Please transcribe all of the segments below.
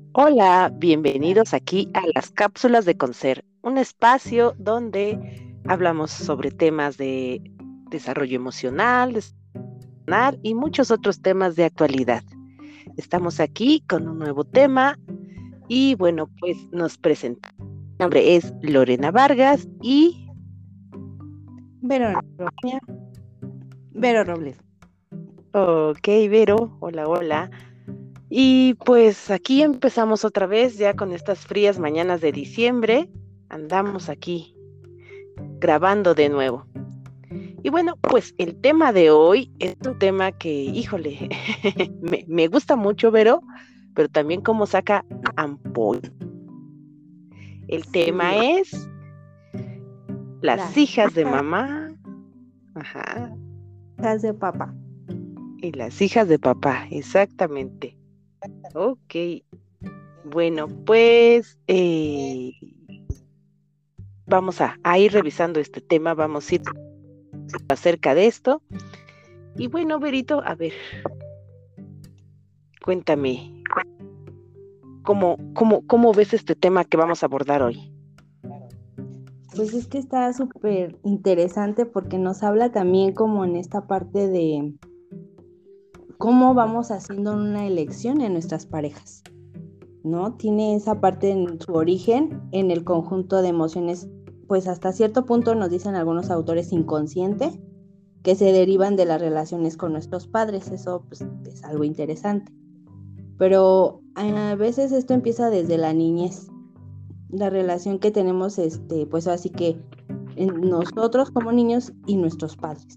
Hola, bienvenidos aquí a las cápsulas de Concer, un espacio donde hablamos sobre temas de desarrollo emocional, y muchos otros temas de actualidad. Estamos aquí con un nuevo tema y bueno, pues nos presentamos. Mi nombre es Lorena Vargas y Vero, Vero Robles. ok, Vero, hola, hola. Y pues aquí empezamos otra vez ya con estas frías mañanas de diciembre. Andamos aquí grabando de nuevo. Y bueno, pues el tema de hoy es un tema que, híjole, me gusta mucho, pero también como saca ampolla. El Sí, tema es las las hijas de mamá, ajá, hijas de papá. y las hijas de papá, exactamente. Ok, bueno, pues vamos a ir revisando este tema, vamos a ir acerca de esto. Y bueno, Verito, a ver, cuéntame, ¿cómo ves este tema que vamos a abordar hoy? Pues es que está súper interesante porque nos habla también como en esta parte de cómo vamos haciendo una elección en nuestras parejas, ¿no? Tiene esa parte en su origen, en el conjunto de emociones, pues hasta cierto punto nos dicen algunos autores inconsciente, que se derivan de las relaciones con nuestros padres. Eso pues, es algo interesante. Pero a veces esto empieza desde la niñez, la relación que tenemos, pues así que en nosotros como niños y nuestros padres.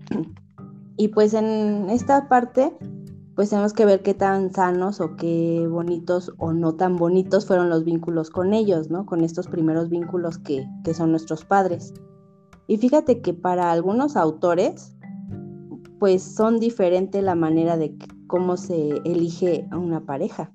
Y pues en esta parte, pues tenemos que ver qué tan sanos o qué bonitos o no tan bonitos fueron los vínculos con ellos, ¿no? Con estos primeros vínculos que son nuestros padres. Y fíjate que para algunos autores, pues son diferente la manera de cómo se elige a una pareja.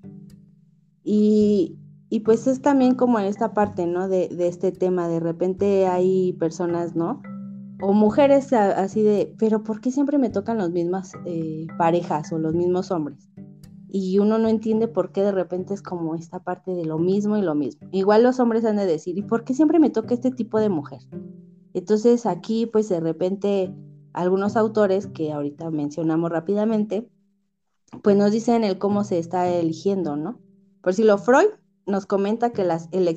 Y, y pues es también como en esta parte, ¿no? De este tema, de repente hay personas, ¿no? O mujeres así de, pero ¿por qué siempre me tocan las mismas parejas o los mismos hombres? Y uno no entiende por qué de repente es como esta parte de lo mismo y lo mismo. Igual los hombres han de decir, ¿y por qué siempre me toca este tipo de mujer? Entonces aquí pues de repente algunos autores que ahorita mencionamos rápidamente, pues nos dicen el cómo se está eligiendo, ¿no? Por si lo Freud nos comenta que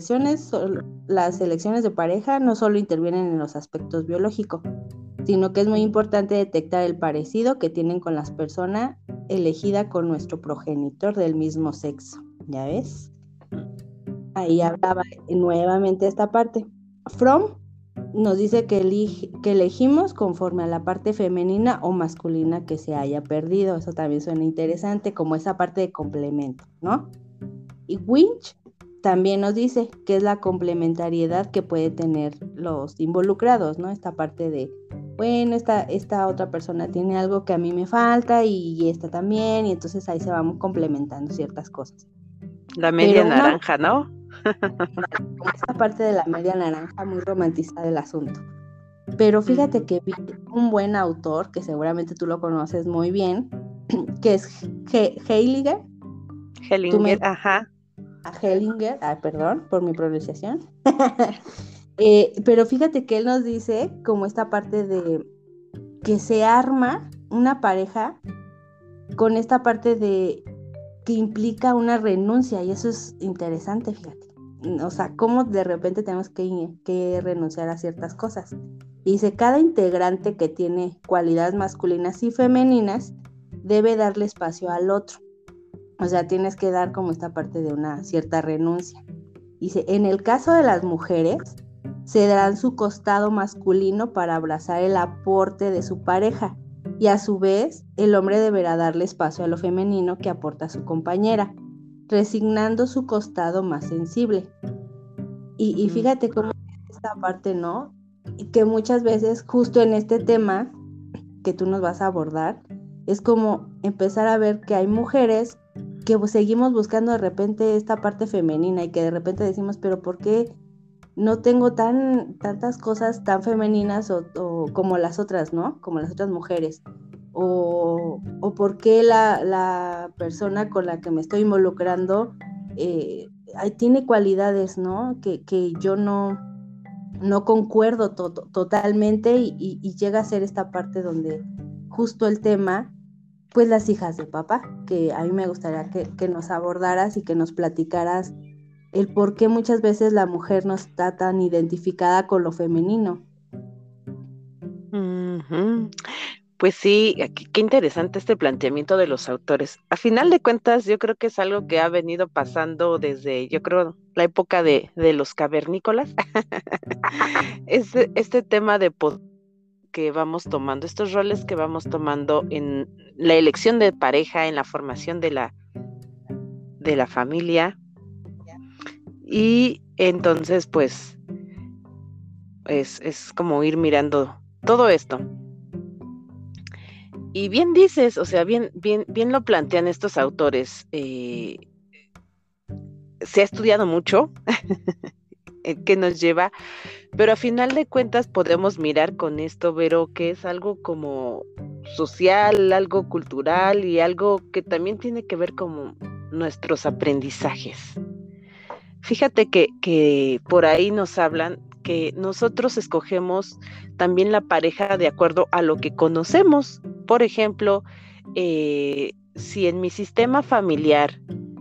las elecciones de pareja no solo intervienen en los aspectos biológicos, sino que es muy importante detectar el parecido que tienen con las personas elegida con nuestro progenitor del mismo sexo. ¿Ya ves? Ahí hablaba nuevamente esta parte. Fromm nos dice que elegimos conforme a la parte femenina o masculina que se haya perdido. Eso también suena interesante, como esa parte de complemento, ¿no? Y Winch también nos dice que es la complementariedad que puede tener los involucrados, ¿no? Esta parte de, bueno, esta otra persona tiene algo que a mí me falta y esta también, y entonces ahí se van complementando ciertas cosas. La media Pero una naranja, ¿no? esta parte de la media naranja muy romantizada del asunto. Pero fíjate Ujú. que vi un buen autor, que seguramente tú lo conoces muy bien, que es Heiliger. Tú me Hellinger, ajá. a Hellinger, perdón por mi pronunciación. Pero fíjate que él nos dice como esta parte de que se arma una pareja con esta parte de que implica una renuncia y eso es interesante, fíjate. O sea, cómo de repente tenemos que renunciar a ciertas cosas. Y dice, cada integrante que tiene cualidades masculinas y femeninas debe darle espacio al otro. O sea, tienes que dar como esta parte de una cierta renuncia. Dice, en el caso de las mujeres, se darán su costado masculino para abrazar el aporte de su pareja y a su vez el hombre deberá darle espacio a lo femenino que aporta su compañera, resignando su costado más sensible. Y Mm. fíjate cómo esta parte, ¿no? Y que muchas veces justo en este tema que tú nos vas a abordar, es como empezar a ver que hay mujeres que pues, seguimos buscando de repente esta parte femenina y que de repente decimos, pero ¿por qué no tengo tantas cosas tan femeninas o como las otras, ¿no? Como las otras mujeres. O por qué la persona con la que me estoy involucrando tiene cualidades, ¿no? Que yo no concuerdo totalmente y llega a ser esta parte donde justo el tema, pues las hijas de papá, que a mí me gustaría que nos abordaras y que nos platicaras el por qué muchas veces la mujer no está tan identificada con lo femenino. Ujú. Pues sí, qué interesante este planteamiento de los autores. A final de cuentas, yo creo que es algo que ha venido pasando desde, yo creo, la época de los cavernícolas. Este tema de que vamos tomando, estos roles que vamos tomando en la elección de pareja, en la formación de la familia. Y entonces, pues, es como ir mirando todo esto. Y bien dices, o sea, bien lo plantean estos autores. Se ha estudiado mucho, que nos lleva, pero a final de cuentas podemos mirar con esto, Vero, que es algo como social, algo cultural y algo que también tiene que ver con nuestros aprendizajes. Fíjate que por ahí nos hablan que nosotros escogemos también la pareja de acuerdo a lo que conocemos. Por ejemplo, si en mi sistema familiar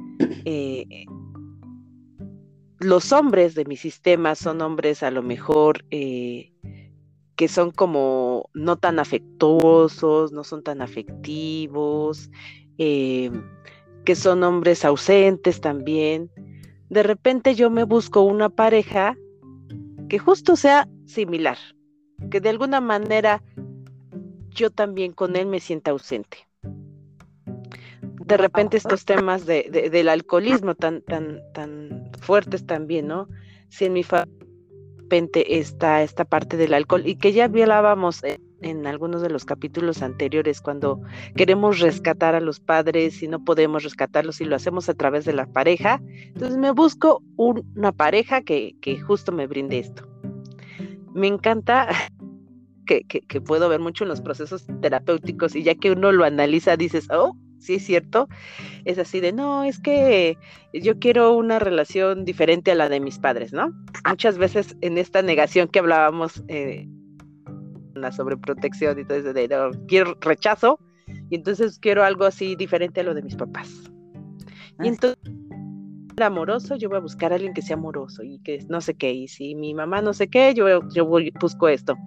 los hombres de mi sistema son hombres a lo mejor que son como no tan afectuosos, no son tan afectivos, eh, que son hombres ausentes también. De repente yo me busco una pareja que justo sea similar, que de alguna manera yo también con él me sienta ausente. De repente estos temas del alcoholismo tan fuertes también, ¿no? Si en mi familia de repente está esta parte del alcohol y que ya hablábamos en algunos de los capítulos anteriores cuando queremos rescatar a los padres y no podemos rescatarlos y lo hacemos a través de la pareja, entonces me busco una pareja que justo me brinde esto. Me encanta que puedo ver mucho en los procesos terapéuticos y ya que uno lo analiza dices, oh, sí es cierto, es así de, no, es que yo quiero una relación diferente a la de mis padres, ¿no? Muchas veces en esta negación que hablábamos, la sobreprotección y todo eso de no, quiero rechazo y entonces quiero algo así diferente a lo de mis papás. Y entonces el amoroso, yo voy a buscar a alguien que sea amoroso y que no sé qué, y si mi mamá no sé qué, yo busco esto.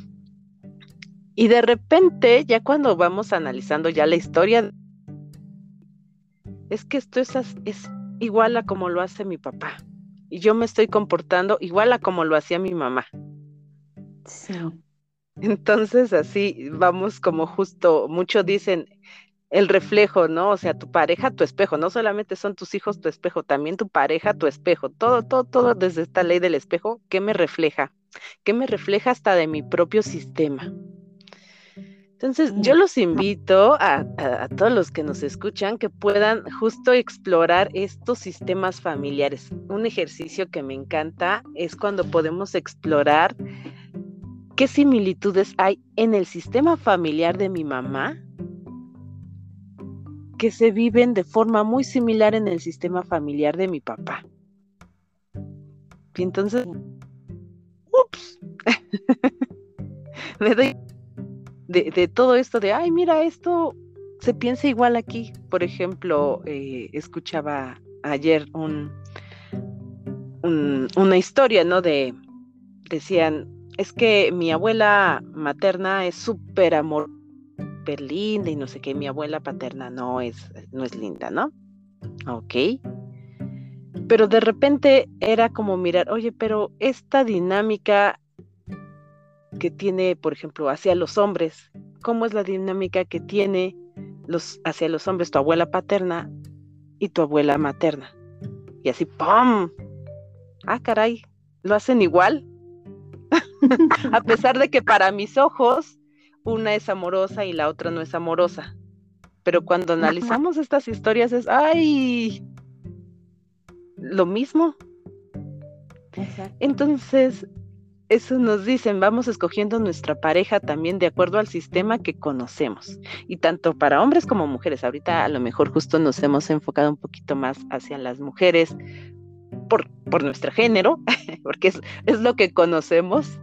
Y de repente, ya cuando vamos analizando ya la historia, es que esto es igual a como lo hace mi papá. Y yo me estoy comportando igual a como lo hacía mi mamá. Sí. Entonces así vamos como justo, muchos dicen el reflejo, ¿no? O sea, tu pareja, tu espejo, no solamente son tus hijos tu espejo, también tu pareja, tu espejo, todo desde esta ley del espejo, ¿qué me refleja? ¿Qué me refleja hasta de mi propio sistema? Entonces, yo los invito a todos los que nos escuchan que puedan justo explorar estos sistemas familiares. Un ejercicio que me encanta es cuando podemos explorar qué similitudes hay en el sistema familiar de mi mamá que se viven de forma muy similar en el sistema familiar de mi papá. Y entonces, ups, me doy de todo esto de, ay, mira, esto se piensa igual aquí. Por ejemplo, escuchaba ayer una historia, ¿no? Decían, es que mi abuela materna es súper amor, súper linda y no sé qué, mi abuela paterna no es linda, ¿no? Ok. Pero de repente era como mirar, oye, pero esta dinámica que tiene, por ejemplo, hacia los hombres, ¿cómo es la dinámica que tiene hacia los hombres tu abuela paterna y tu abuela materna? Y así, ¡pum! Ah, caray, ¿lo hacen igual? A pesar de que para mis ojos una es amorosa y la otra no es amorosa. Pero cuando analizamos estas historias es, ¡ay! Lo mismo. Exacto. Entonces, eso nos dicen, vamos escogiendo nuestra pareja también de acuerdo al sistema que conocemos. Y tanto para hombres como mujeres. Ahorita a lo mejor justo nos hemos enfocado un poquito más hacia las mujeres por nuestro género, porque es lo que conocemos.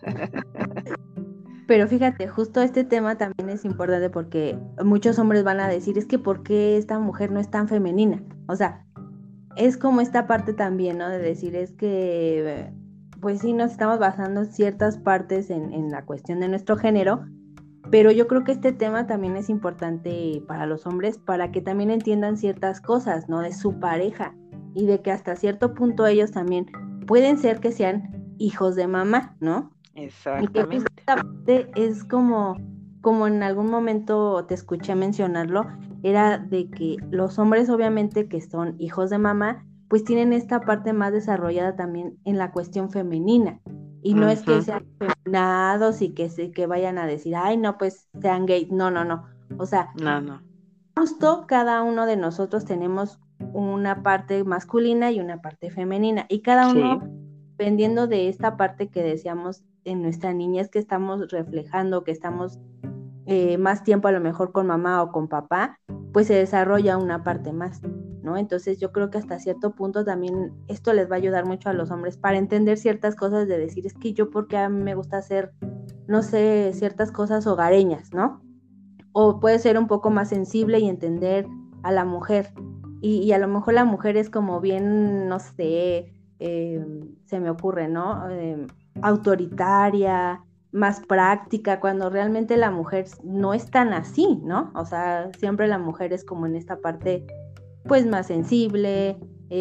Pero fíjate, justo este tema también es importante porque muchos hombres van a decir, es que ¿por qué esta mujer no es tan femenina? O sea, es como esta parte también, ¿no? De decir, es que, pues sí, nos estamos basando en ciertas partes en la cuestión de nuestro género, pero yo creo que este tema también es importante para los hombres, para que también entiendan ciertas cosas, ¿no? De su pareja y de que hasta cierto punto ellos también pueden ser que sean hijos de mamá, ¿no? Y que Exactamente. justamente es como en algún momento te escuché mencionarlo, era de que los hombres obviamente que son hijos de mamá, pues tienen esta parte más desarrollada también en la cuestión femenina. Y no es que sean feminados y que vayan a decir, ay, no, pues sean gay. No, no, no. O sea, No, no. justo cada uno de nosotros tenemos una parte masculina y una parte femenina. Y cada Sí. uno, dependiendo de esta parte que decíamos en nuestra niñez, que estamos reflejando, que estamos más tiempo a lo mejor con mamá o con papá, pues se desarrolla una parte más, ¿no? Entonces yo creo que hasta cierto punto también esto les va a ayudar mucho a los hombres para entender ciertas cosas de decir, es que yo porque a mí me gusta hacer, no sé, ciertas cosas hogareñas, ¿no? O puede ser un poco más sensible y entender a la mujer. Y a lo mejor la mujer es como bien, no sé, se me ocurre, ¿no? Autoritaria, más práctica, cuando realmente la mujer no es tan así, ¿no? O sea, siempre la mujer es como en esta parte, pues más sensible,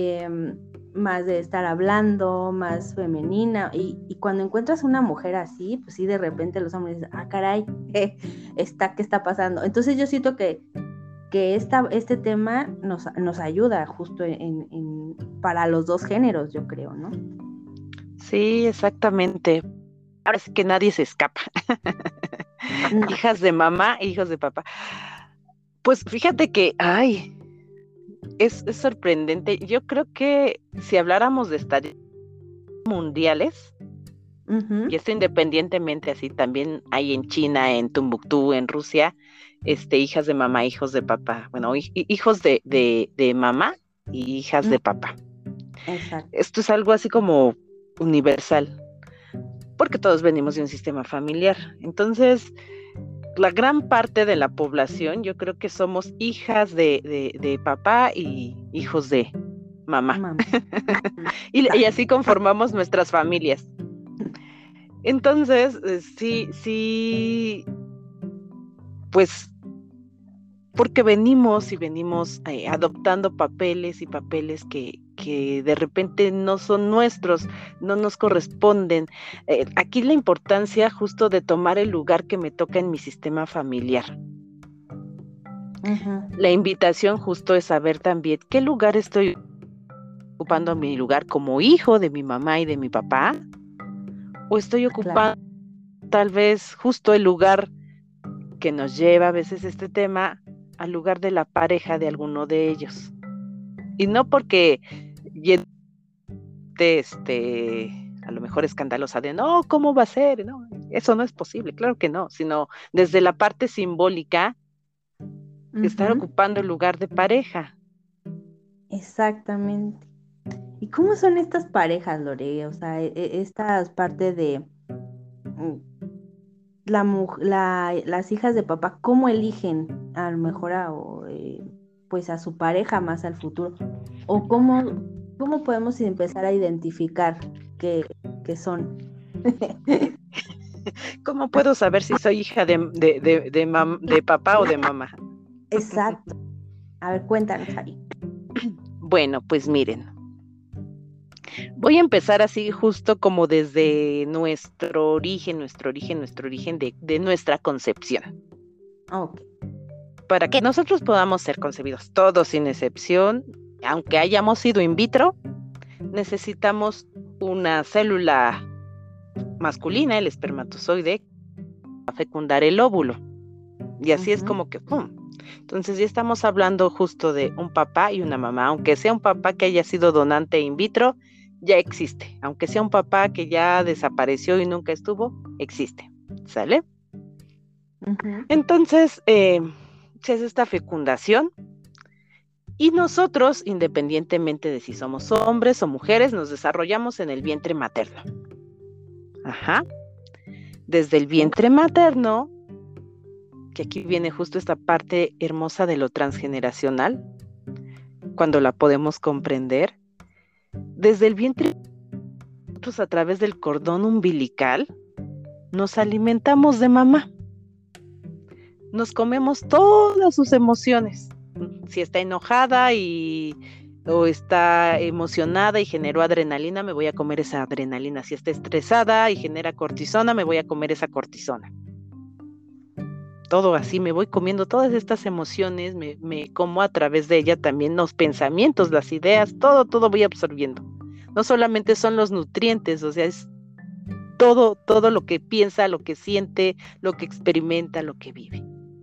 más de estar hablando, más femenina, y cuando encuentras una mujer así, pues sí, de repente los hombres dicen, ah, caray, ¿qué está pasando? Entonces yo siento que este tema nos ayuda justo para los dos géneros, yo creo, ¿no? Sí, exactamente. Ahora sí que nadie se escapa. No. Hijas de mamá, hijos de papá. Pues fíjate que, ay, es sorprendente. Yo creo que si habláramos de estadísticas mundiales, y Uh-huh. esto independientemente así, también hay en China, en Tumbuctú, en Rusia, hijas de mamá, hijos de papá. Bueno, hijos de mamá y hijas de papá. Exacto. Esto es algo así como universal, porque todos venimos de un sistema familiar. Entonces, la gran parte de la población, yo creo que somos hijas de papá y hijos de mamá. Mamá. Y así conformamos nuestras familias. Entonces, sí, pues porque venimos adoptando papeles y papeles que de repente no son nuestros, no nos corresponden. Aquí la importancia justo de tomar el lugar que me toca en mi sistema familiar. Uh-huh. La invitación justo es saber también qué lugar estoy ocupando, mi lugar como hijo de mi mamá y de mi papá, o estoy Claro. ocupando tal vez justo el lugar que nos lleva a veces este tema al lugar de la pareja de alguno de ellos. Y no porque a lo mejor escandalosa de no, ¿cómo va a ser? No, eso no es posible, claro que no, sino desde la parte simbólica, estar Uh-huh. ocupando el lugar de pareja. Exactamente. ¿Y cómo son estas parejas, Lore? O sea, estas partes de mm, las hijas de papá, ¿cómo eligen a lo mejor pues a su pareja más al futuro? ¿O cómo podemos empezar a identificar que son? ¿Cómo puedo saber si soy hija de papá o de mamá? Exacto. A ver, cuéntanos ahí. Bueno, pues miren, voy a empezar así justo como desde nuestro origen de nuestra concepción. Ok. Para que nosotros podamos ser concebidos, todos sin excepción, aunque hayamos sido in vitro, necesitamos una célula masculina, el espermatozoide, para fecundar el óvulo. Y así es Uh-huh. como que, ¡pum! Entonces ya estamos hablando justo de un papá y una mamá, aunque sea un papá que haya sido donante in vitro ya existe, aunque sea un papá que ya desapareció y nunca estuvo, existe, ¿sale? Entonces, se hace esta fecundación y nosotros, independientemente de si somos hombres o mujeres, nos desarrollamos en el vientre materno. Ajá. Desde el vientre materno, que aquí viene justo esta parte hermosa de lo transgeneracional, cuando la podemos comprender, desde el vientre, nosotros a través del cordón umbilical, nos alimentamos de mamá. Nos comemos todas sus emociones. Si está enojada o está emocionada y generó adrenalina, me voy a comer esa adrenalina. Si está estresada y genera cortisona, me voy a comer esa cortisona. Todo así, me voy comiendo todas estas emociones, me como a través de ella también los pensamientos, las ideas, todo voy absorbiendo. No solamente son los nutrientes, o sea, es todo lo que piensa, lo que siente, lo que experimenta, lo que vive.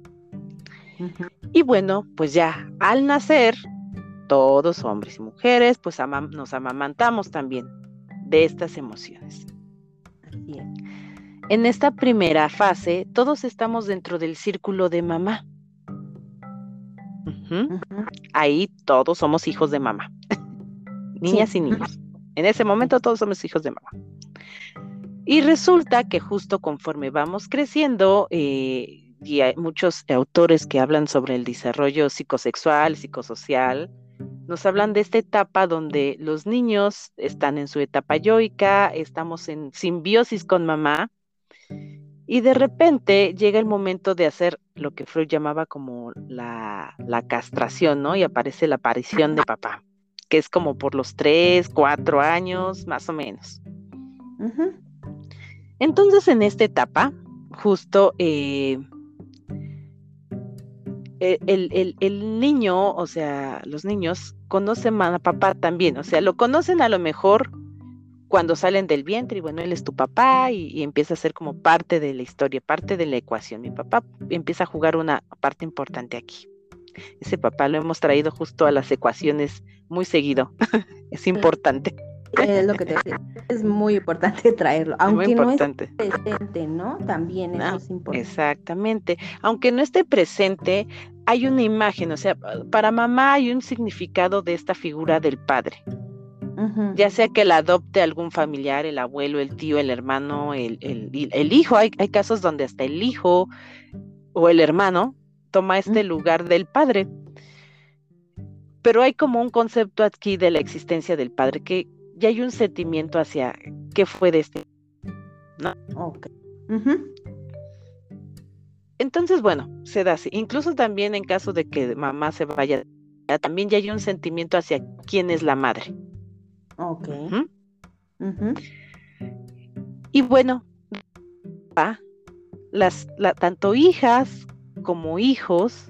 Y bueno, pues ya al nacer, todos hombres y mujeres, pues nos amamantamos también de estas emociones. Así es. En esta primera fase, todos estamos dentro del círculo de mamá. Ahí todos somos hijos de mamá, niñas y niños. En ese momento todos somos hijos de mamá. Y resulta que justo conforme vamos creciendo, y hay muchos autores que hablan sobre el desarrollo psicosexual, psicosocial, nos hablan de esta etapa donde los niños están en su etapa yoica, estamos en simbiosis con mamá, y de repente llega el momento de hacer lo que Freud llamaba como la castración, ¿no? Y aparece la aparición de papá, que es como por los 3, 4 años, más o menos. Entonces, en esta etapa, justo el niño, o sea, los niños conocen a papá también, o sea, lo conocen a lo mejor cuando salen del vientre y bueno, él es tu papá y empieza a ser como parte de la historia, parte de la ecuación. Mi papá empieza a jugar una parte importante aquí. Ese papá lo hemos traído justo a las ecuaciones muy seguido, es importante. Es lo que te decía, es muy importante traerlo, aunque importante. No esté presente, ¿no? También eso es importante. Exactamente, aunque no esté presente, hay una imagen, o sea, para mamá hay un significado de esta figura del padre. Ya sea que la adopte algún familiar, el abuelo, el tío, el hermano, el hijo, hay casos donde hasta el hijo o el hermano toma este lugar del padre, pero hay como un concepto aquí de la existencia del padre, que ya hay un sentimiento hacia qué fue de este, ¿no? Okay. Entonces, bueno, se da así, incluso también en caso de que mamá se vaya, también ya hay un sentimiento hacia quién es la madre. Okay. Y bueno, tanto hijas como hijos,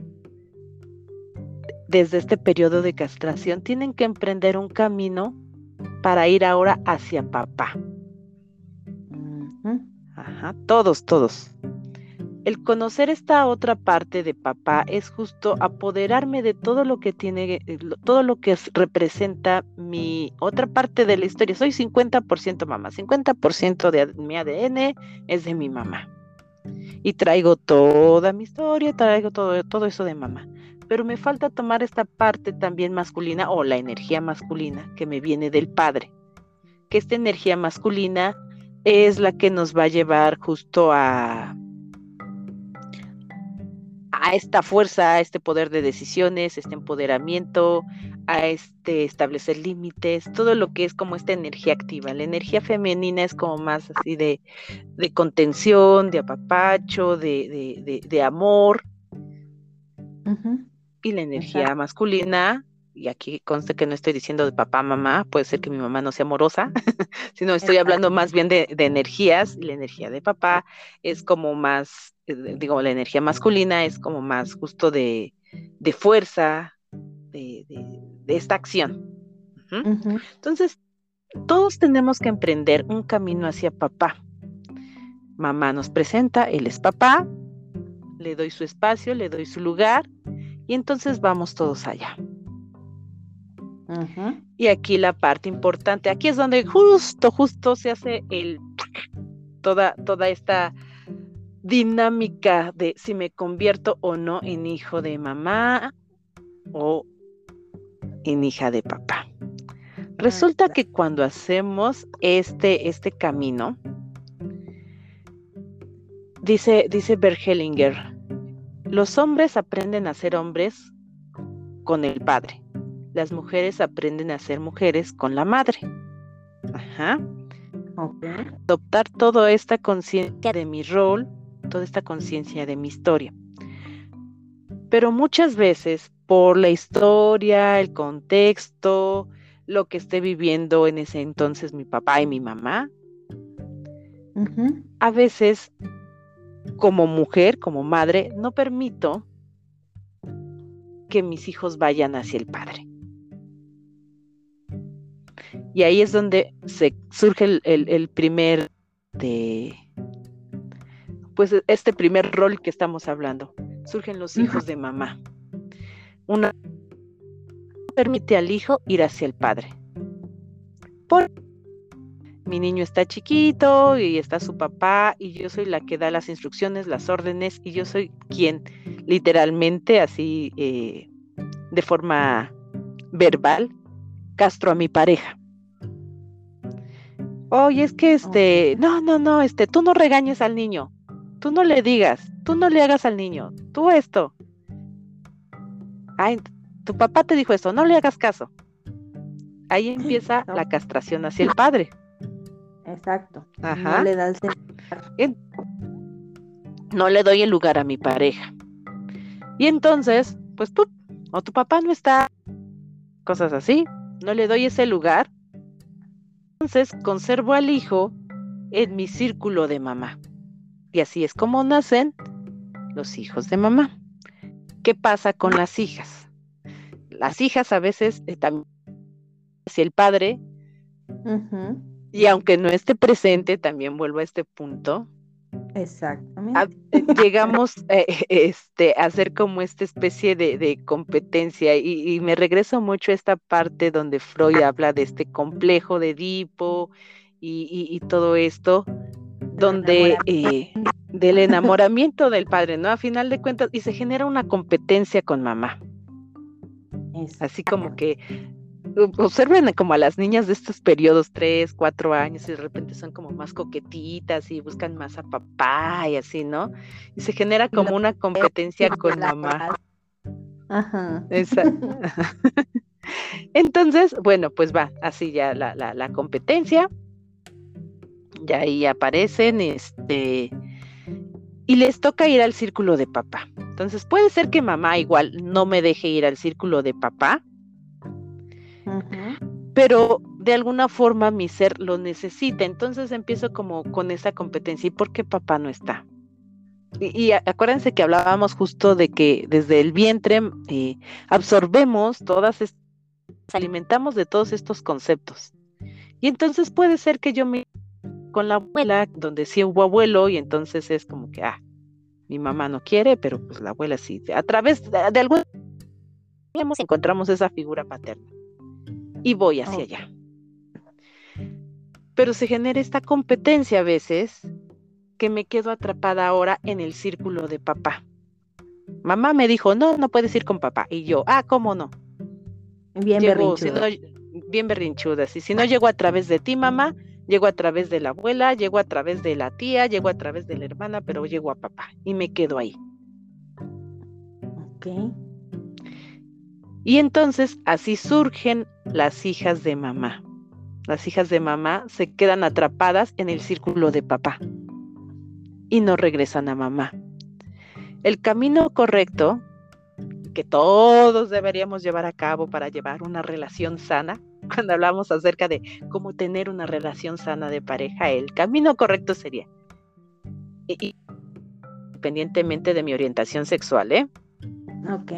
desde este periodo de castración, tienen que emprender un camino para ir ahora hacia papá. Ajá, todos. El conocer esta otra parte de papá es justo apoderarme de todo lo que tiene, todo lo que representa mi otra parte de la historia. Soy 50% mamá, 50% de mi ADN es de mi mamá. Y traigo toda mi historia, traigo todo eso de mamá. Pero me falta tomar esta parte también masculina o la energía masculina que me viene del padre. Que esta energía masculina es la que nos va a llevar justo a esta fuerza, a este poder de decisiones, este empoderamiento, a establecer límites, todo lo que es como esta energía activa. La energía femenina es como más así de contención, de apapacho, de amor. Y la energía masculina, y aquí consta que no estoy diciendo de papá, mamá, puede ser que mi mamá no sea amorosa, sino estoy hablando más bien de energías, y la energía de papá es como más, la energía masculina es como más justo de fuerza, de esta acción. Entonces, todos tenemos que emprender un camino hacia papá. Mamá nos presenta, él es papá, le doy su espacio, le doy su lugar, y entonces vamos todos allá. Y aquí la parte importante, aquí es donde justo se hace toda esta dinámica de si me convierto o no en hijo de mamá o en hija de papá. Resulta que cuando hacemos este camino, dice Bert Hellinger, los hombres aprenden a ser hombres con el padre, las mujeres aprenden a ser mujeres con la madre. Ajá. Okay. Adoptar toda esta conciencia de mi rol, toda esta conciencia de mi historia. Pero muchas veces, por la historia, el contexto, lo que esté viviendo en ese entonces mi papá y mi mamá, a veces, como mujer, como madre, no permito que mis hijos vayan hacia el padre. Y ahí es donde surge el primer pues este primer rol que estamos hablando. Surgen los hijos de mamá. Una permite al hijo ir hacia el padre. Mi niño está chiquito y está su papá y yo soy la que da las instrucciones, las órdenes, y yo soy quien literalmente así de forma verbal castro a mi pareja. Oye, es que no, tú no regañes al niño, tú no le digas, tú no le hagas al niño, tú esto. Ay, tu papá te dijo esto, no le hagas caso. Ahí empieza la castración hacia el padre. Exacto. Ajá. No le das no le doy el lugar a mi pareja. Y entonces, pues tú, o tu papá no está, cosas así, no le doy ese lugar. Entonces conservo al hijo en mi círculo de mamá. Y así es como nacen los hijos de mamá. ¿Qué pasa con las hijas? Las hijas a veces también hacia el padre, y aunque no esté presente, también vuelvo a este punto. Exactamente. Llegamos a hacer como esta especie de competencia y me regreso mucho a esta parte donde Freud habla de este complejo de Edipo y todo esto, donde del enamoramiento del padre, ¿no? A final de cuentas, y se genera una competencia con mamá. Así como que observen como a las niñas de estos periodos 3, 4 años y de repente son como más coquetitas y buscan más a papá y así, ¿no? Y se genera como una competencia con mamá. Ajá. Exacto. Entonces, bueno, pues va, así ya la competencia, ya ahí aparecen, y les toca ir al círculo de papá. Entonces puede ser que mamá igual no me deje ir al círculo de papá, pero de alguna forma mi ser lo necesita, entonces empiezo como con esa competencia. ¿Y por qué papá no está? Y acuérdense que hablábamos justo de que desde el vientre absorbemos alimentamos de todos estos conceptos. Y entonces puede ser que yo me con la abuela, donde sí hubo abuelo, y entonces es como que, mi mamá no quiere, pero pues la abuela sí. A través de algún encontramos esa figura paterna. Y voy hacia allá. Pero se genera esta competencia a veces que me quedo atrapada ahora en el círculo de papá. Mamá me dijo, no puedes ir con papá. Y yo, ¿cómo no? Bien berrinchuda. Bien berrinchuda. Y si no llego a través de ti, mamá, llego a través de la abuela, llego a través de la tía, llego a través de la hermana, pero llego a papá. Y me quedo ahí. Ok. Y entonces así surgen las hijas de mamá. Las hijas de mamá se quedan atrapadas en el círculo de papá y no regresan a mamá. El camino correcto que todos deberíamos llevar a cabo para llevar una relación sana, cuando hablamos acerca de cómo tener una relación sana de pareja, el camino correcto sería, independientemente de mi orientación sexual, Ok.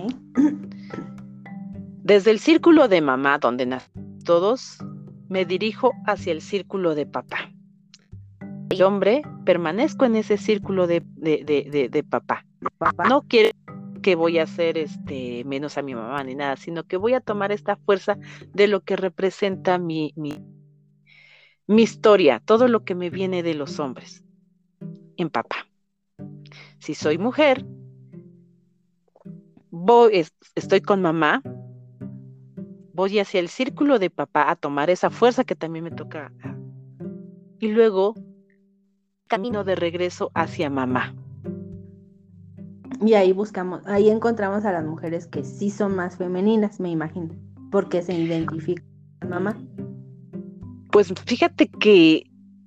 Desde el círculo de mamá, donde nacen todos, me dirijo hacia el círculo de papá. El hombre, permanezco en ese círculo de papá. No quiere que voy a hacer menos a mi mamá ni nada, sino que voy a tomar esta fuerza de lo que representa mi historia, todo lo que me viene de los hombres en papá. Si soy mujer, estoy con mamá, voy hacia el círculo de papá a tomar esa fuerza que también me toca, y luego camino de regreso hacia mamá. Y ahí encontramos a las mujeres que sí son más femeninas, me imagino, porque se identifican con mamá. Pues fíjate que,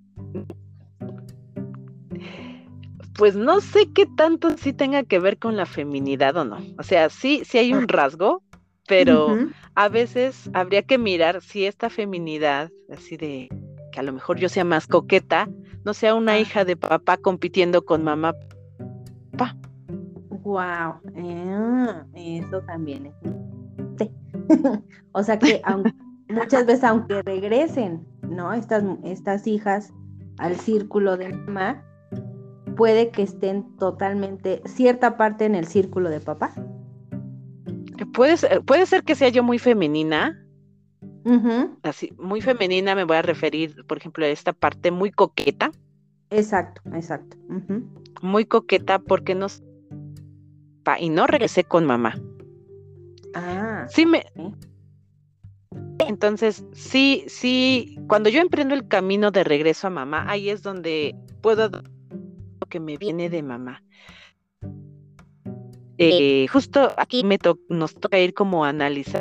pues no sé qué tanto sí tenga que ver con la feminidad o no. O sea, sí hay un rasgo, pero a veces habría que mirar si esta feminidad, así de que a lo mejor yo sea más coqueta, no sea una hija de papá compitiendo con mamá. Wow, eso también es. Sí. O sea que muchas veces, aunque regresen, ¿no? Estas hijas al círculo de mamá, puede que estén totalmente, cierta parte en el círculo de papá. Puede ser que sea yo muy femenina. Así, muy femenina me voy a referir, por ejemplo, a esta parte muy coqueta. Exacto. Muy coqueta porque y no regresé con mamá. Entonces, sí, cuando yo emprendo el camino de regreso a mamá, ahí es donde puedo dar lo que me viene de mamá. Justo aquí nos toca ir como a analizar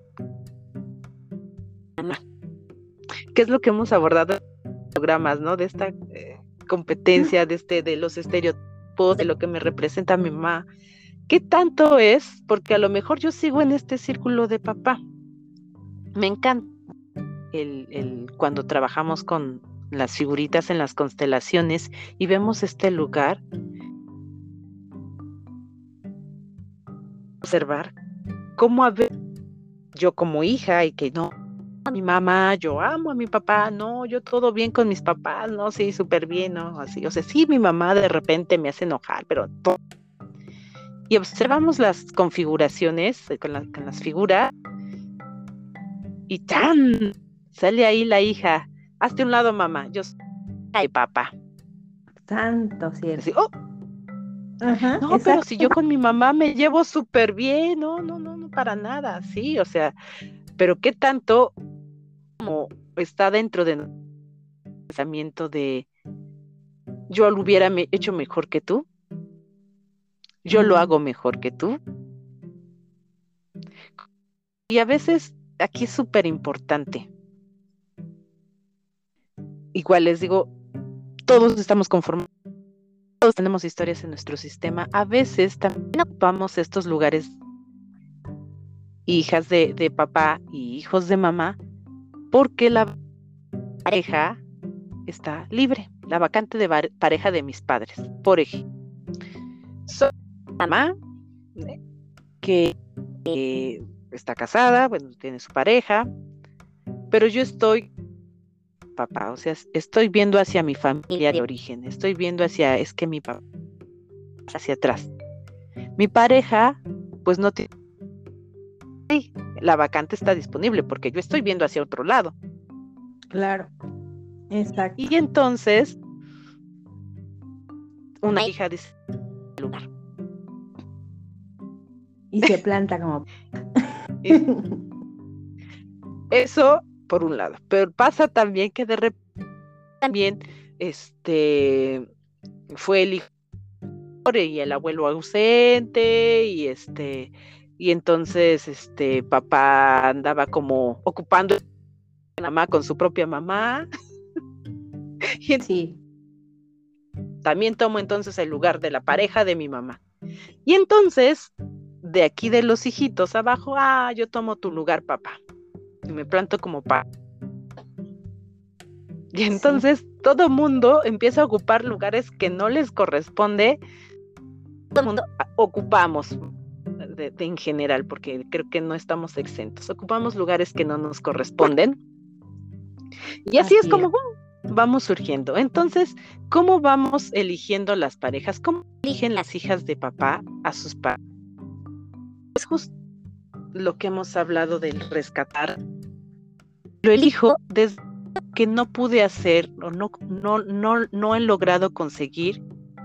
qué es lo que hemos abordado en los programas, ¿no? De esta competencia, de los estereotipos, de lo que me representa mi mamá. ¿Qué tanto es? Porque a lo mejor yo sigo en este círculo de papá. Me encanta cuando trabajamos con las figuritas en las constelaciones y vemos este lugar, observar cómo yo como hija y que no, a mi mamá, yo amo a mi papá, no, yo todo bien con mis papás, no, sí, súper bien, ¿no? Así, o sea, sí, mi mamá de repente me hace enojar, pero todo. Y observamos las configuraciones con las figuras y ¡tan! Sale ahí la hija, hazte un lado, mamá, yo soy papá. Santo cielo. Así, no, exacto. Pero si yo con mi mamá me llevo súper bien, no, para nada, sí, o sea, pero qué tanto como está dentro de nuestro pensamiento de yo lo hubiera hecho mejor que tú, yo lo hago mejor que tú. Y a veces aquí es súper importante. Igual les digo, todos estamos conformados, todos tenemos historias en nuestro sistema. A veces también ocupamos estos lugares, hijas de papá y hijos de mamá, porque la pareja está libre, la vacante de pareja de mis padres. Por ejemplo, soy mamá que está casada, bueno, tiene su pareja, pero yo estoy papá, o sea, estoy viendo hacia mi familia de origen, estoy viendo es que mi papá hacia atrás. Mi pareja, pues no tiene, la vacante está disponible porque yo estoy viendo hacia otro lado. Claro, exacto. Y entonces, una hija dice, lugar. Y se planta como... Eso por un lado, pero pasa también que de repente también fue el hijo y el abuelo ausente y y entonces papá andaba como ocupando a la mamá con su propia mamá. Y sí. También tomo entonces el lugar de la pareja de mi mamá. Y entonces, de aquí de los hijitos abajo, yo tomo tu lugar, papá. Y me planto como papá. Y entonces todo mundo empieza a ocupar lugares que no les corresponde. Todo el mundo ocupamos en general, porque creo que no estamos exentos. Ocupamos lugares que no nos corresponden. Y así es como vamos surgiendo. Entonces, ¿cómo vamos eligiendo las parejas? ¿Cómo eligen las hijas de papá a sus padres? es justo lo que hemos hablado del rescatar. Lo elijo desde que no pude hacer o no he logrado conseguir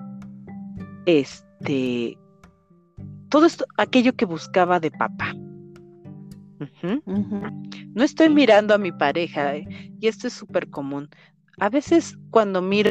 todo esto, aquello que buscaba de papá. Uh-huh. No estoy mirando a mi pareja, y esto es súper común. A veces cuando miro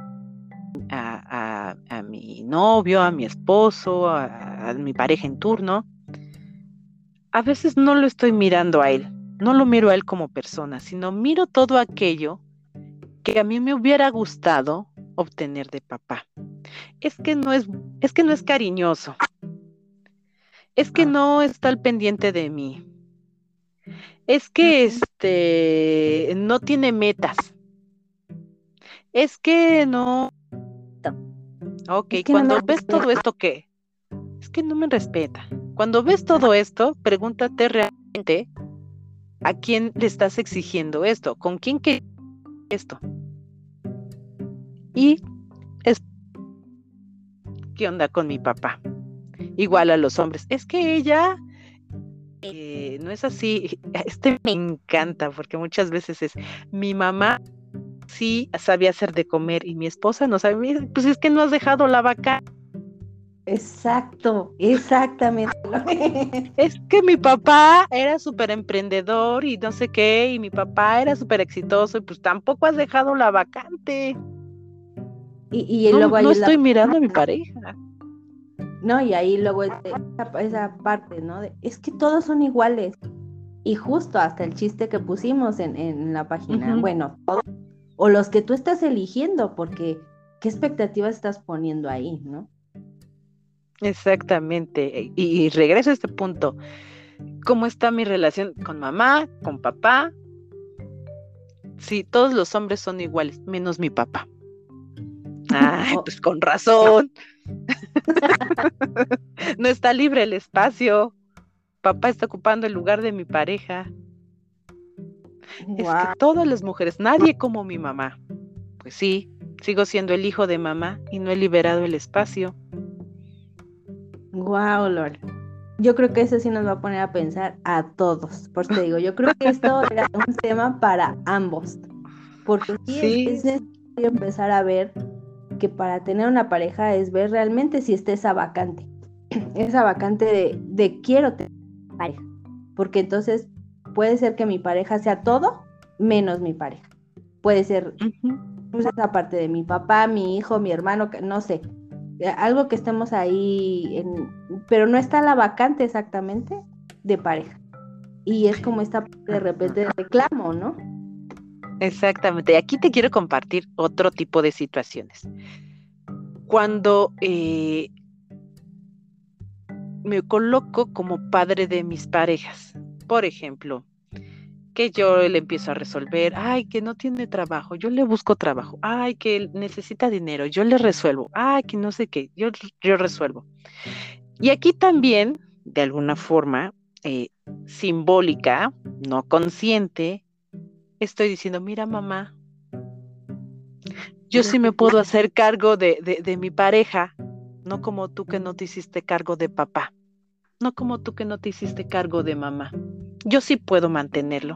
a mi novio, a mi esposo, a mi pareja en turno, a veces no lo estoy mirando a él, no lo miro a él como persona, sino miro todo aquello que a mí me hubiera gustado obtener de papá. Es que no es cariñoso, es que no está al pendiente de mí, es que no tiene metas, es que no. Ok, Es que no me cuando ves respeta. todo esto, ¿qué? Es que no me respeta. Cuando ves todo esto, pregúntate realmente a quién le estás exigiendo esto, con quién quieres esto. Y ¿qué onda con mi papá? Igual a los hombres. Es que ella no es así. Me encanta porque muchas veces es mi mamá sí sabía hacer de comer y mi esposa no sabe. Pues es que no has dejado la vaca. Exacto, exactamente. Es que mi papá era súper emprendedor y no sé qué, y mi papá era súper exitoso, y pues tampoco has dejado la vacante. Y luego ahí No es estoy mirando a mi pareja. No, y ahí luego esa parte, ¿no? Es que todos son iguales. Y justo hasta el chiste que pusimos en la página, bueno, todos, o los que tú estás eligiendo, porque qué expectativas estás poniendo ahí, ¿no? Exactamente. Y regreso a este punto. ¿Cómo está mi relación con mamá, con papá? Sí, todos los hombres son iguales, menos mi papá. Ay, pues con razón. No está libre el espacio. Papá está ocupando el lugar de mi pareja. Es que todas las mujeres, nadie como mi mamá. Pues sí, sigo siendo el hijo de mamá y no he liberado el espacio. Wow, Lore. Yo creo que eso sí nos va a poner a pensar a todos. Por eso te digo, yo creo que esto era un tema para ambos. Porque sí. Es necesario empezar a ver que para tener una pareja es ver realmente si está esa vacante. Esa vacante de quiero tener pareja. Porque entonces puede ser que mi pareja sea todo menos mi pareja. Puede ser pues, esa parte de mi papá, mi hijo, mi hermano, no sé, algo que estemos ahí, pero no está la vacante exactamente de pareja. Y es como esta parte de repente de reclamo, ¿no? Exactamente. Aquí te quiero compartir otro tipo de situaciones. Cuando me coloco como padre de mis parejas, por ejemplo, que yo le empiezo a resolver, ay, que no tiene trabajo, yo le busco trabajo, ay, que necesita dinero, yo le resuelvo, ay, que no sé qué, yo resuelvo. Y aquí también, de alguna forma simbólica, no consciente, estoy diciendo, mira mamá, yo sí me puedo hacer cargo de mi pareja, no como tú que no te hiciste cargo de papá, no como tú que no te hiciste cargo de mamá. Yo sí puedo mantenerlo.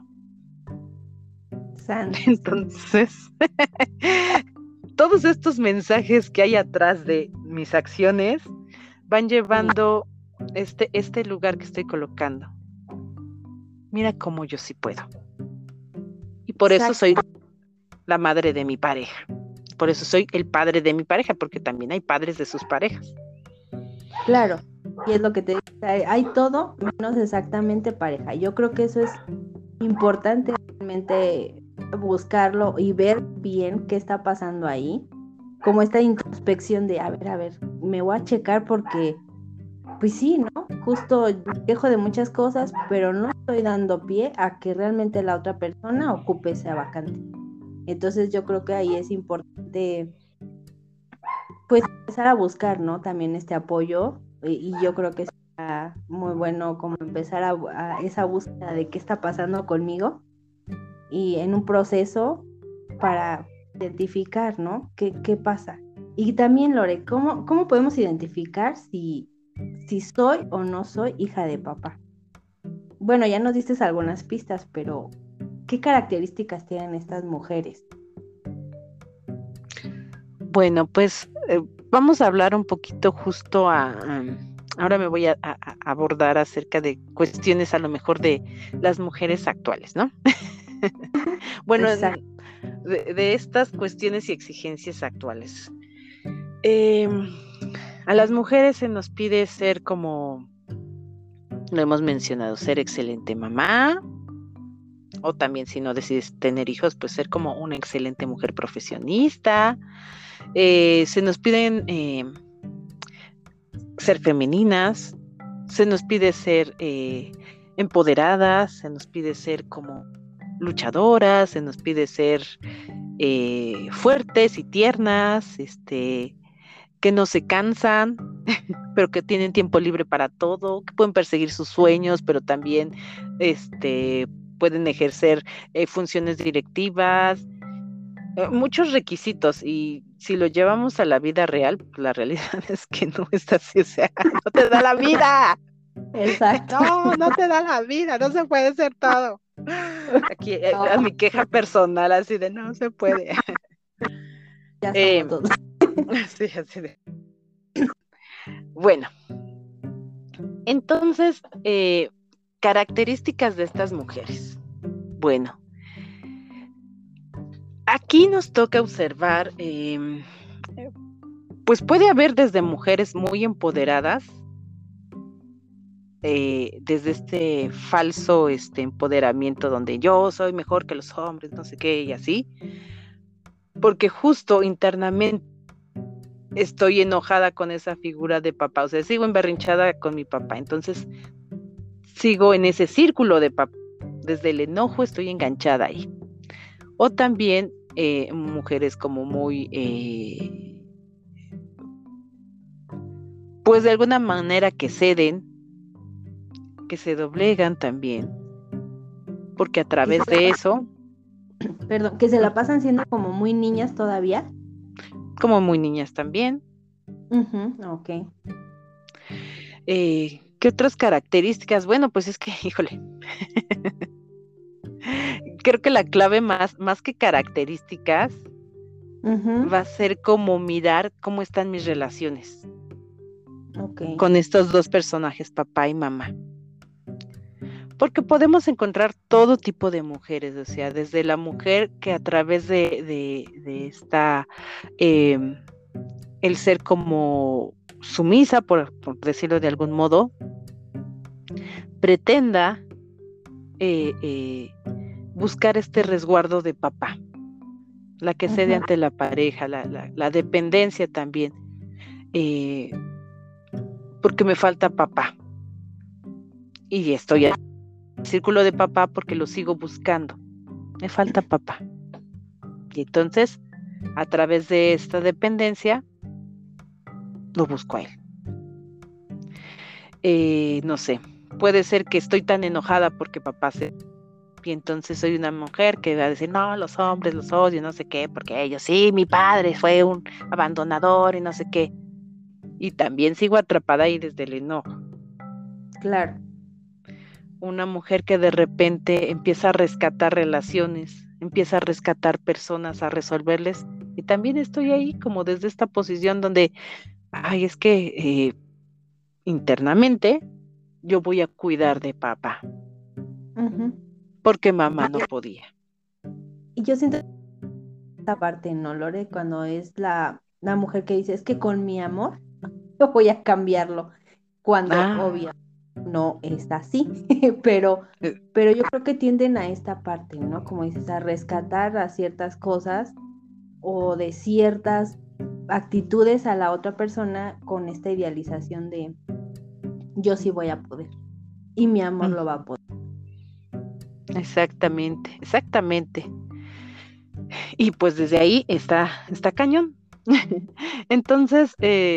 Entonces, todos estos mensajes que hay atrás de mis acciones van llevando este lugar que estoy colocando. Mira cómo yo sí puedo. Y por eso soy la madre de mi pareja. Por eso soy el padre de mi pareja, porque también hay padres de sus parejas. Claro, y es lo que te digo, hay todo menos exactamente pareja. Yo creo que eso es importante realmente buscarlo y ver bien qué está pasando ahí, como esta introspección de, a ver, me voy a checar porque, pues sí, ¿no? Justo me quejo de muchas cosas, pero no estoy dando pie a que realmente la otra persona ocupe esa vacante. Entonces yo creo que ahí es importante, pues, empezar a buscar, ¿no? También este apoyo, y yo creo que está muy bueno como empezar a esa búsqueda de qué está pasando conmigo y en un proceso para identificar, ¿no? ¿Qué pasa? Y también, Lore, ¿cómo podemos identificar si si soy o no soy hija de papá. Bueno, ya nos diste algunas pistas, pero ¿qué características tienen estas mujeres? Bueno, pues vamos a hablar un poquito justo ahora me voy a abordar acerca de cuestiones a lo mejor de las mujeres actuales, ¿no? Bueno, Exacto. de estas cuestiones y exigencias actuales. Eh, a las mujeres se nos pide ser como, lo hemos mencionado, ser excelente mamá, o también si no decides tener hijos, pues ser como una excelente mujer profesionista. Se nos piden ser femeninas, se nos pide ser empoderadas, se nos pide ser como luchadoras, se nos pide ser fuertes y tiernas, que no se cansan, pero que tienen tiempo libre para todo, que pueden perseguir sus sueños, pero también pueden ejercer funciones directivas, muchos requisitos, y si lo llevamos a la vida real, pues la realidad es que no es así, o sea, no te da la vida. Exacto. No te da la vida, no se puede ser todo. Aquí a No, mi queja personal así de no se puede. ya somos Eh, dos. sí, así de. Bueno, entonces, características de estas mujeres. Bueno, aquí nos toca observar, pues puede haber desde mujeres muy empoderadas, desde este falso empoderamiento donde yo soy mejor que los hombres, no sé qué, y así, porque justo internamente estoy enojada con esa figura de papá, o sea, sigo emberrinchada con mi papá, entonces sigo en ese círculo de papá, desde el enojo estoy enganchada ahí. O también mujeres como muy, pues de alguna manera que ceden, que se doblegan también, porque a través de eso, Perdón, que se la pasan siendo como muy niñas todavía. como muy niñas también. Ok. ¿Qué otras características? Bueno, pues es que, híjole, creo que la clave más que características va a ser como mirar cómo están mis relaciones Ok. con estos dos personajes, papá y mamá. Porque podemos encontrar todo tipo de mujeres, o sea, desde la mujer que a través de esta, el ser como sumisa, por decirlo de algún modo, pretenda buscar este resguardo de papá, la que cede ante la pareja, la dependencia también, porque me falta papá, y estoy en el círculo de papá porque lo sigo buscando, me falta papá, y entonces a través de esta dependencia lo busco a él. No sé, puede ser que estoy tan enojada porque papá se... Y entonces soy una mujer que va a decir, no, los hombres los odio, no sé qué, porque ellos, sí, mi padre fue un abandonador y no sé qué. Y también sigo atrapada ahí desde el enojo. Claro. Una mujer que de repente empieza a rescatar relaciones, empieza a rescatar personas, a resolverles. Y también estoy ahí como desde esta posición donde, ay, es que internamente yo voy a cuidar de papá, porque mamá no podía. Y yo siento esta parte, ¿no, Lore? Cuando es la mujer que dice, es que con mi amor yo voy a cambiarlo, cuando obvio no es así, pero, eh, pero yo creo que tienden a esta parte, ¿no? Como dices, a rescatar a ciertas cosas o de ciertas actitudes a la otra persona con esta idealización de yo sí voy a poder y mi amor lo va a poder. Exactamente, exactamente. Y pues desde ahí está cañón. Entonces,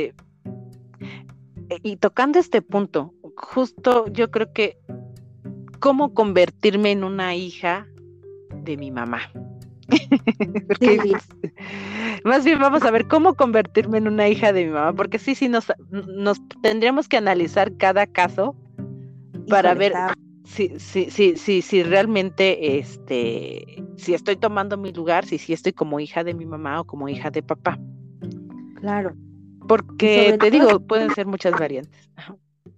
y tocando este punto, justo yo creo que cómo convertirme en una hija de mi mamá. Porque Sí. Más bien vamos a ver cómo convertirme en una hija de mi mamá, porque sí, nos tendríamos que analizar cada caso para Híjole, ver está si realmente, si estoy tomando mi lugar, si estoy como hija de mi mamá o como hija de papá. claro. Y Porque sobre te todo, digo, pueden ser muchas variantes. Ajá.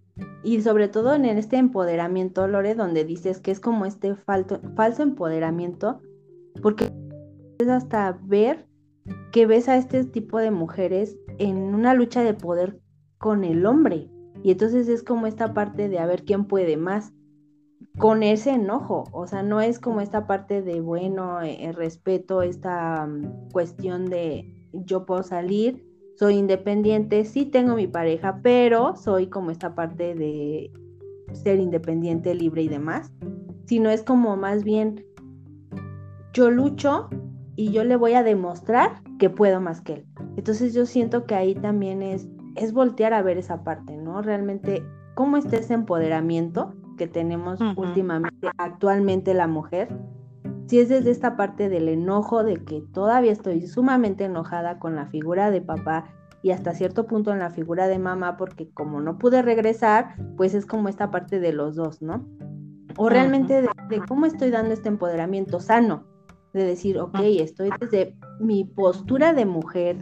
en este empoderamiento, Lore, donde dices que es como este falso empoderamiento, porque es hasta ver que ves a este tipo de mujeres en una lucha de poder con el hombre. Y entonces es como esta parte de a ver quién puede más, con ese enojo. O sea, no es como esta parte de, bueno, respeto esta cuestión de yo puedo salir, soy independiente, sí tengo mi pareja, pero soy como esta parte de ser independiente, libre y demás. Sino es como más bien yo lucho y yo le voy a demostrar que puedo más que él. Entonces yo siento que ahí también es voltear a ver esa parte, ¿no? Realmente, ¿cómo está ese empoderamiento que tenemos Ujú. últimamente, actualmente la mujer? Si es desde esta parte del enojo, de que todavía estoy sumamente enojada con la figura de papá y hasta cierto punto en la figura de mamá, porque como no pude regresar, pues es como esta parte de los dos, ¿no? O Ujú. realmente de cómo estoy dando este empoderamiento sano, de decir, ok, estoy desde mi postura de mujer,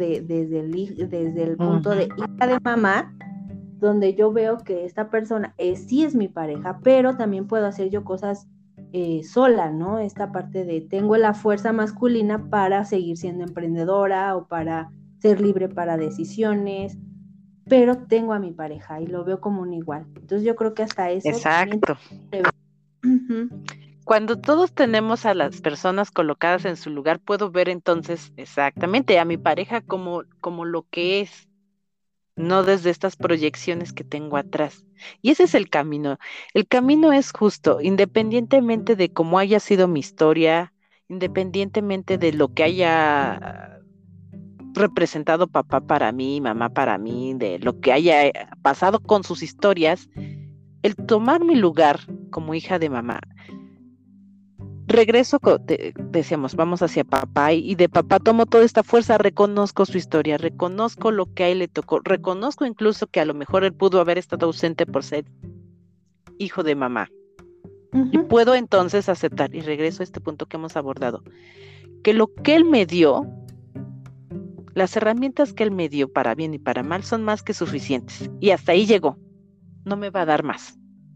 desde el punto de Ujú. hija de mamá, donde yo veo que esta persona sí es mi pareja, pero también puedo hacer yo cosas sola, ¿no? Esta parte de tengo la fuerza masculina para seguir siendo emprendedora o para ser libre para decisiones, pero tengo a mi pareja y lo veo como un igual. Entonces yo creo que hasta eso también Exacto. se ve. Uh-huh. Cuando todos tenemos a las personas colocadas en su lugar, puedo ver entonces exactamente a mi pareja como lo que es, no desde estas proyecciones que tengo atrás. Y ese es el camino. El camino es justo, independientemente de cómo haya sido mi historia, independientemente de lo que haya representado papá para mí, mamá para mí, de lo que haya pasado con sus historias, el tomar mi lugar como hija de mamá. Regreso, decíamos, vamos hacia papá y de papá tomo toda esta fuerza, reconozco su historia, reconozco lo que a él le tocó, reconozco incluso que a lo mejor él pudo haber estado ausente por ser hijo de mamá. Y Uh-huh. puedo entonces aceptar, y regreso a este punto que hemos abordado, que lo que él me dio, las herramientas que él me dio para bien y para mal son más que suficientes. Y hasta ahí llegó, no me va a dar más.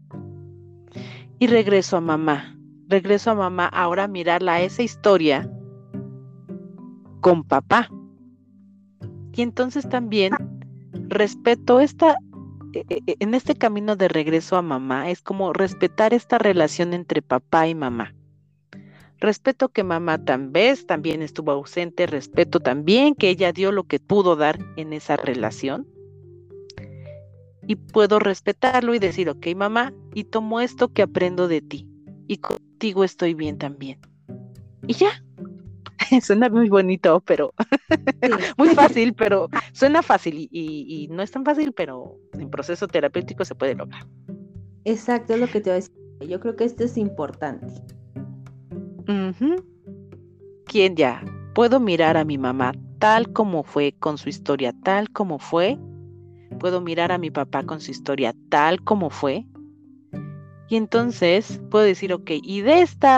Y regreso a mamá ahora a mirarla a esa historia con papá. Y entonces también respeto en este camino de regreso a mamá, es como respetar esta relación entre papá y mamá. Respeto que mamá también estuvo ausente, respeto también que ella dio lo que pudo dar en esa relación y puedo respetarlo y decir, ok, mamá, y tomo esto que aprendo de ti y contigo estoy bien también. Y ya, suena muy bonito, pero Sí, muy fácil, pero suena fácil y no es tan fácil, pero en proceso terapéutico se puede lograr. exacto, es lo que te voy a decir. Yo creo que esto es importante. Ujú. ¿Quién ya? Puedo mirar a mi mamá tal como fue, con su historia tal como fue. Puedo mirar a mi papá con su historia tal como fue. Y entonces puedo decir, ok, y de esta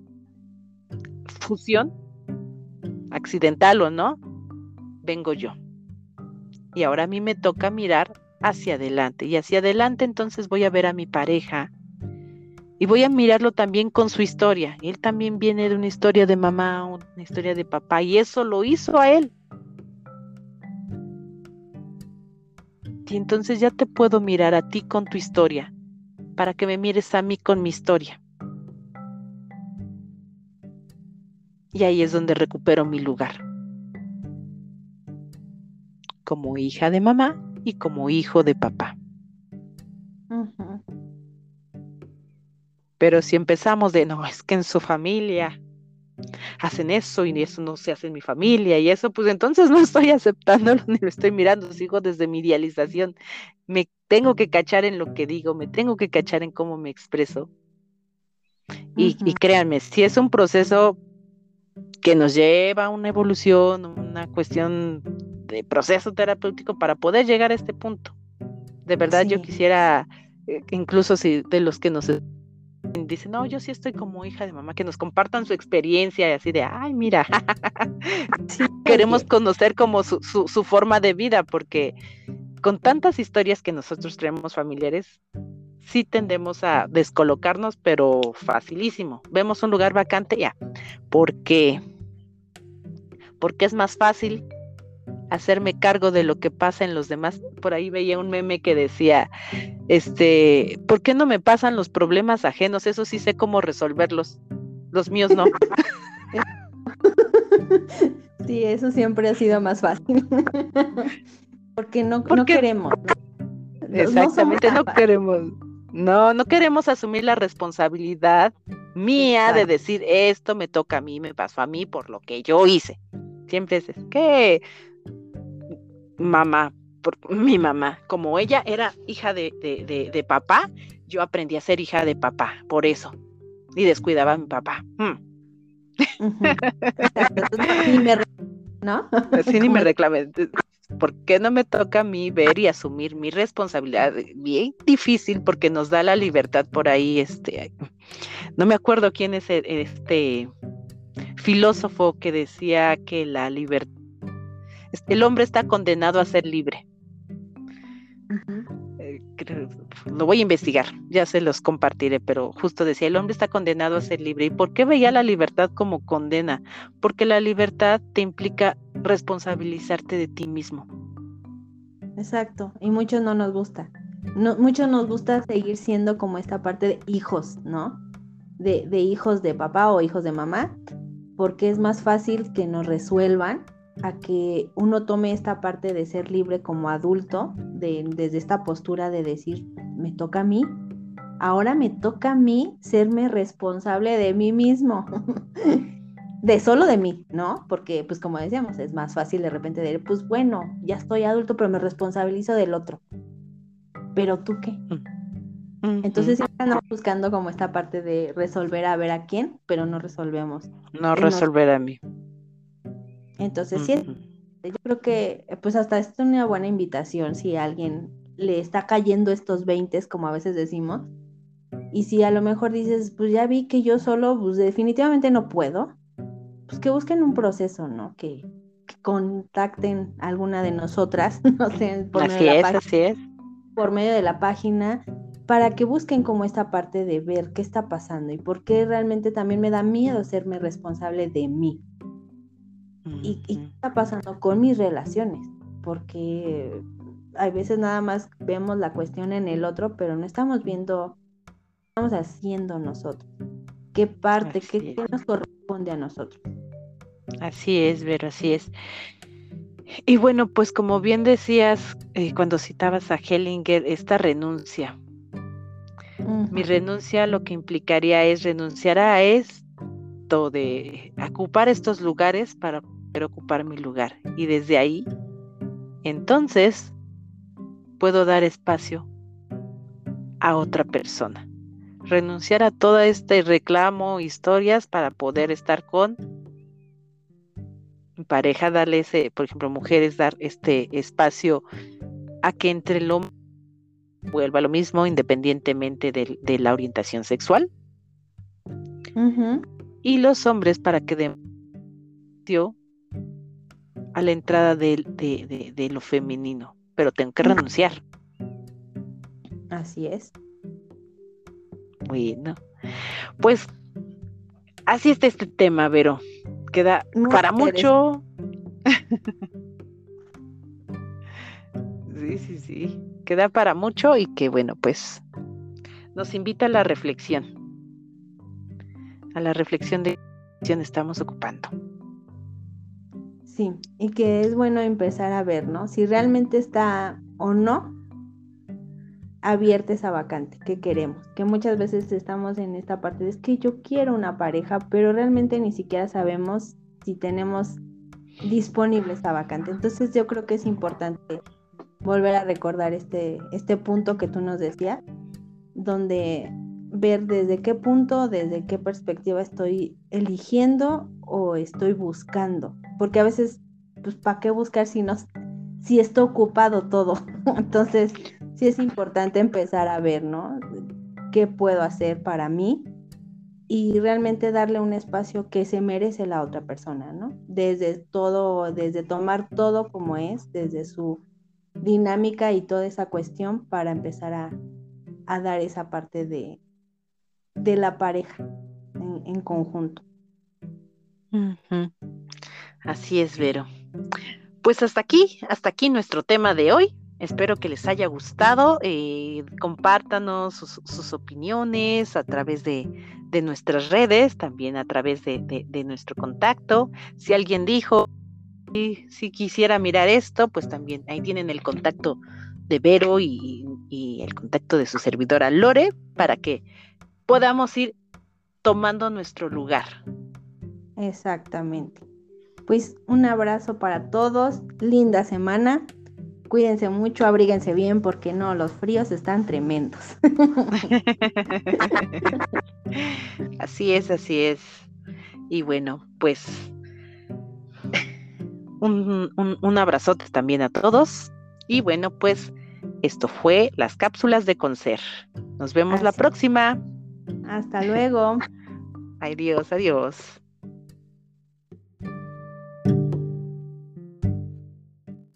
fusión, accidental o no, vengo yo. Y ahora a mí me toca mirar hacia adelante. Y hacia adelante entonces voy a ver a mi pareja y voy a mirarlo también con su historia. Él también viene de una historia de mamá, una historia de papá, y eso lo hizo a él. Y entonces ya te puedo mirar a ti con tu historia, para que me mires a mí con mi historia. Y ahí es donde recupero mi lugar, como hija de mamá y como hijo de papá. Uh-huh. Pero si empezamos de, no, es que en su familia hacen eso y eso no se hace en mi familia y eso, pues entonces no estoy aceptándolo ni lo estoy mirando, sigo desde mi idealización. Me tengo que cachar en lo que digo, me tengo que cachar en cómo me expreso. Y Uh-huh. créanme, si es un proceso, que nos lleva a una evolución, una cuestión de proceso terapéutico para poder llegar a este punto. De verdad yo Sí, quisiera, incluso si de los que nos dicen, no, yo sí estoy como hija de mamá, que nos compartan su experiencia y así de, ay, mira, sí, queremos oye, conocer como su forma de vida, porque con tantas historias que nosotros tenemos familiares, sí tendemos a descolocarnos, pero facilísimo. Vemos un lugar vacante, ya, ¿por qué? Porque es más fácil hacerme cargo de lo que pasa en los demás. Por ahí veía un meme que decía, ¿por qué no me pasan los problemas ajenos? Eso sí sé cómo resolverlos, los míos no. sí, eso siempre ha sido más fácil, porque no Porque queremos, no somos exactamente tan no fáciles. queremos, no queremos asumir la responsabilidad mía de Exacto. decir esto me toca a mí, me pasó a mí por lo que yo hice. Siempre es que mamá, mi mamá, como ella era hija de papá, yo aprendí a ser hija de papá, por eso, y descuidaba a mi papá. Ujú, exacto, entonces ni me, ¿no? Así ni me Como reclamé. ¿Por qué no me toca a mí ver y asumir mi responsabilidad? Bien difícil porque nos da la libertad por ahí, no me acuerdo quién es este filósofo que decía que la libertad, el hombre está condenado a ser libre. ujú, Lo voy a investigar, ya se los compartiré, pero justo decía, el hombre está condenado a ser libre. ¿Y por qué veía la libertad como condena? Porque la libertad te implica responsabilizarte de ti mismo. exacto, y muchos no nos gusta. No, mucho nos gusta seguir siendo como esta parte de hijos, ¿no? De hijos de papá o hijos de mamá, porque es más fácil que nos resuelvan a que uno tome esta parte de ser libre como adulto, desde esta postura de decir, me toca a mí, ahora me toca a mí serme responsable de mí mismo, de solo de mí, ¿no? Porque, pues como decíamos, es más fácil de repente decir, pues bueno, ya estoy adulto, pero me responsabilizo del otro, pero ¿tú qué? Entonces Ujú. siempre andamos buscando como esta parte de resolver a ver a quién, pero no resolvemos No en nosotros. resolver a mí. Entonces sí, Ujú. yo creo que pues hasta es una buena invitación si a alguien le está cayendo estos 20, como a veces decimos, y si a lo mejor dices, pues ya vi que yo solo, pues definitivamente no puedo, pues que busquen un proceso, ¿no? Que contacten a alguna de nosotras, no sé, Así es, así es. por medio de la página, para que busquen como esta parte de ver qué está pasando y por qué realmente también me da miedo serme responsable de mí y qué Ujú. está pasando con mis relaciones, porque a veces nada más vemos la cuestión en el otro, pero no estamos viendo qué estamos haciendo nosotros, qué parte, Así qué es. nos corresponde a nosotros. Así es, Vero, así es. Y bueno, pues como bien decías, cuando citabas a Hellinger, esta renuncia. Mi Ujú, renuncia lo que implicaría es renunciar a esto de ocupar estos lugares para poder ocupar mi lugar. Y desde ahí, entonces, puedo dar espacio a otra persona. Renunciar a todo este reclamo, historias para poder estar con mi pareja, darle ese, por ejemplo, mujeres, dar este espacio a que entre el hombre vuelva a lo mismo, independientemente de la orientación sexual, ujú, y los hombres para que den espacio a la entrada de lo femenino, pero tengo que ujú. renunciar. Así es. Bueno, pues así está este tema, Vero. Queda Muy para interesante. mucho. Sí, sí, sí. Queda para mucho y que bueno, pues nos invita a la reflexión de qué estamos ocupando. Sí, y que es bueno empezar a ver, ¿no? Si realmente está o no abierta esa vacante que queremos, que muchas veces estamos en esta parte de es que yo quiero una pareja, pero realmente ni siquiera sabemos si tenemos disponible esta vacante. Entonces yo creo que es importante volver a recordar este punto que tú nos decías, donde ver desde qué punto, desde qué perspectiva estoy eligiendo o estoy buscando, porque a veces, pues, ¿para qué buscar si está ocupado todo? Entonces, sí es importante empezar a ver, ¿no? ¿Qué puedo hacer para mí? Y realmente darle un espacio que se merece la otra persona, ¿no? Desde todo, desde tomar todo como es, desde su dinámica y toda esa cuestión para empezar a dar esa parte de la pareja en conjunto. Ujú. Así es, Vero. Pues hasta aquí nuestro tema de hoy. Espero que les haya gustado. Compártanos sus opiniones a través de nuestras redes, también a través de nuestro contacto. Si alguien dijo, si quisiera mirar esto, pues también ahí tienen el contacto de Vero y el contacto de su servidora Lore para que podamos ir tomando nuestro lugar. Exactamente. Pues un abrazo para todos, linda semana, cuídense mucho, abríguense bien porque no, los fríos están tremendos. Así es, así es. Y bueno, pues un abrazote también a todos. Y bueno, pues esto fue las cápsulas de Concer. Nos vemos la Así. próxima. Hasta luego. Adiós, adiós.